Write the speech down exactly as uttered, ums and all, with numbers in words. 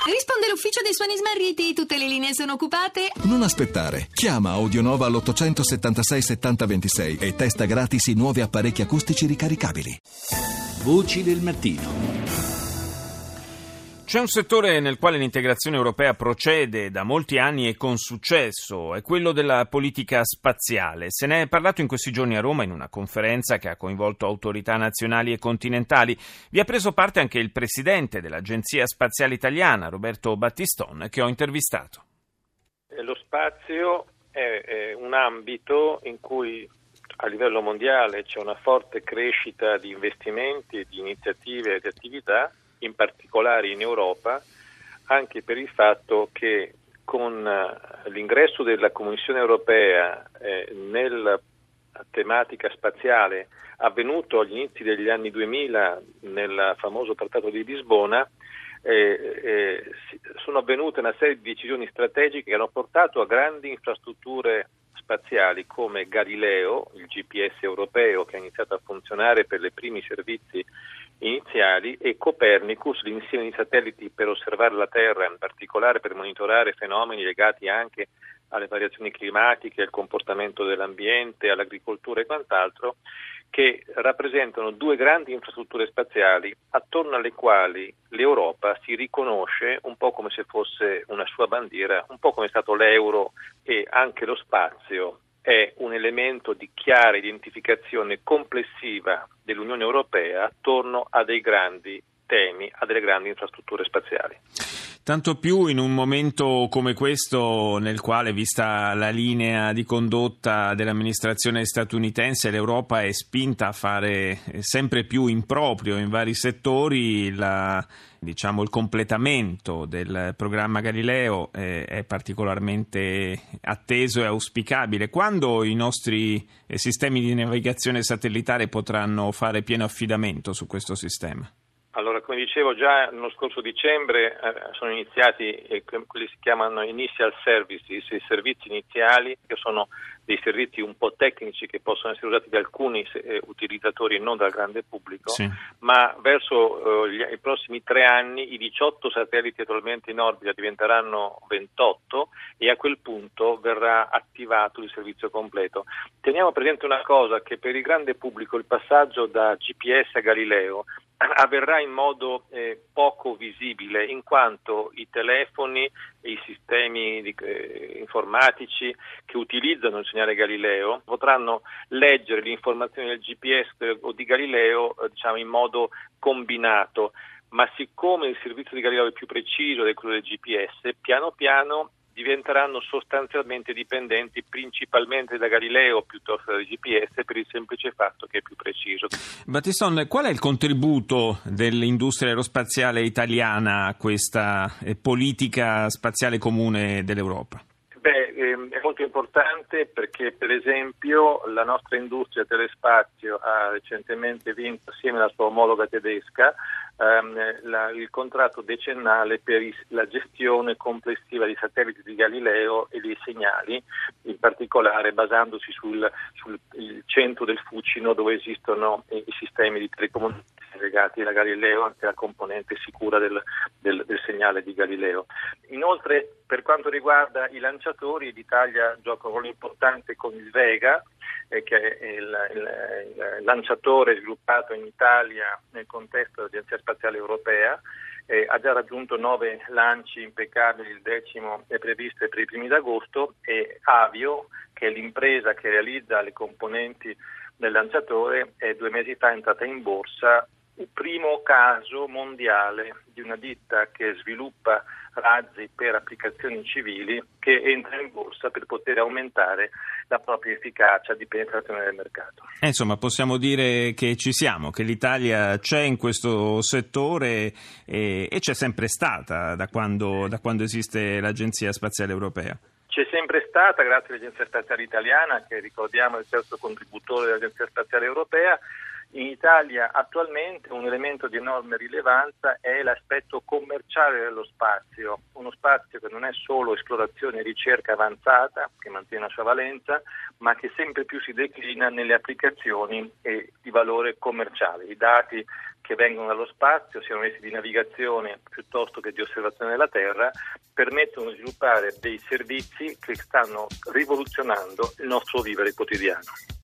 Risponde l'ufficio dei suoni smarriti, tutte le linee sono occupate. Non aspettare, chiama Audionova all'ottocentosettantasei settanta ventisei e testa gratis i nuovi apparecchi acustici ricaricabili. Voci del mattino. C'è un settore nel quale l'integrazione europea procede da molti anni e con successo, è quello della politica spaziale. Se ne è parlato in questi giorni a Roma in una conferenza che ha coinvolto autorità nazionali e continentali. Vi ha preso parte anche il presidente dell'Agenzia Spaziale Italiana, Roberto Battiston, che ho intervistato. Lo spazio è, è un ambito in cui a livello mondiale c'è una forte crescita di investimenti, di iniziative e di attività, in particolare in Europa, anche per il fatto che con l'ingresso della Commissione europea eh, nella tematica spaziale avvenuto agli inizi degli anni duemila nel famoso Trattato di Lisbona, eh, eh, sono avvenute una serie di decisioni strategiche che hanno portato a grandi infrastrutture spaziali come Galileo, il G P S europeo che ha iniziato a funzionare per i primi servizi iniziali, e Copernicus, l'insieme di satelliti per osservare la Terra, in particolare per monitorare fenomeni legati anche alle variazioni climatiche, al comportamento dell'ambiente, all'agricoltura e quant'altro, che rappresentano due grandi infrastrutture spaziali attorno alle quali l'Europa si riconosce un po' come se fosse una sua bandiera, un po' come è stato l'euro, e anche lo spazio è un elemento di chiara identificazione complessiva dell'Unione Europea attorno a dei grandi temi, a delle grandi infrastrutture spaziali. Tanto più in un momento come questo nel quale, vista la linea di condotta dell'amministrazione statunitense, l'Europa è spinta a fare sempre più in proprio in vari settori. La, diciamo, il completamento del programma Galileo è, è particolarmente atteso e auspicabile. Quando i nostri sistemi di navigazione satellitare potranno fare pieno affidamento su questo sistema? Allora, come dicevo già lo scorso dicembre eh, sono iniziati eh, quelli che si chiamano initial services, i servizi iniziali, che sono dei servizi un po' tecnici che possono essere usati da alcuni eh, utilizzatori e non dal grande pubblico, sì. Ma verso eh, gli, i prossimi tre anni i diciotto satelliti attualmente in orbita diventeranno ventotto e a quel punto verrà attivato il servizio completo. Teniamo presente una cosa, che per il grande pubblico il passaggio da G P S a Galileo avverrà in modo eh, poco visibile, in quanto i telefoni e i sistemi di, eh, informatici che utilizzano il segnale Galileo potranno leggere le informazioni del G P S o di Galileo eh, diciamo in modo combinato, ma siccome il servizio di Galileo è più preciso di quello del G P S, piano piano diventeranno sostanzialmente dipendenti principalmente da Galileo piuttosto dal G P S, per il semplice fatto che è più preciso. Battiston, qual è il contributo dell'industria aerospaziale italiana a questa politica spaziale comune dell'Europa? Beh, ehm, è molto importante perché, per esempio, la nostra industria telespazio ha recentemente vinto, assieme alla sua omologa tedesca, ehm, la, il contratto decennale per i, la gestione complessiva di satelliti di Galileo e dei segnali, in particolare basandosi sul, sul il centro del Fucino, dove esistono i, i sistemi di telecomunicazione legati a Galileo e la componente sicura del, del, del segnale di Galileo. Inoltre, per quanto riguarda i lanciatori, l'Italia gioca un ruolo importante con il Vega, eh, che è il, il, il lanciatore sviluppato in Italia nel contesto dell'Agenzia Spaziale Europea. Eh, ha già raggiunto nove lanci impeccabili, il decimo è previsto per i primi d'agosto, e Avio, che è l'impresa che realizza le componenti del lanciatore, è due mesi fa è entrata in borsa, il primo caso mondiale di una ditta che sviluppa razzi per applicazioni civili che entra in borsa per poter aumentare la propria efficacia di penetrazione del mercato. Eh, insomma, possiamo dire che ci siamo, che l'Italia c'è in questo settore e, e c'è sempre stata da quando, da quando esiste l'Agenzia Spaziale Europea. C'è sempre stata, grazie all'Agenzia Spaziale Italiana, che ricordiamo è il terzo contributore dell'Agenzia Spaziale Europea, In Italia attualmente un elemento di enorme rilevanza è l'aspetto commerciale dello spazio, uno spazio che non è solo esplorazione e ricerca avanzata, che mantiene la sua valenza, ma che sempre più si declina nelle applicazioni e di valore commerciale. I dati che vengono dallo spazio, siano essi di navigazione piuttosto che di osservazione della Terra, permettono di sviluppare dei servizi che stanno rivoluzionando il nostro vivere quotidiano.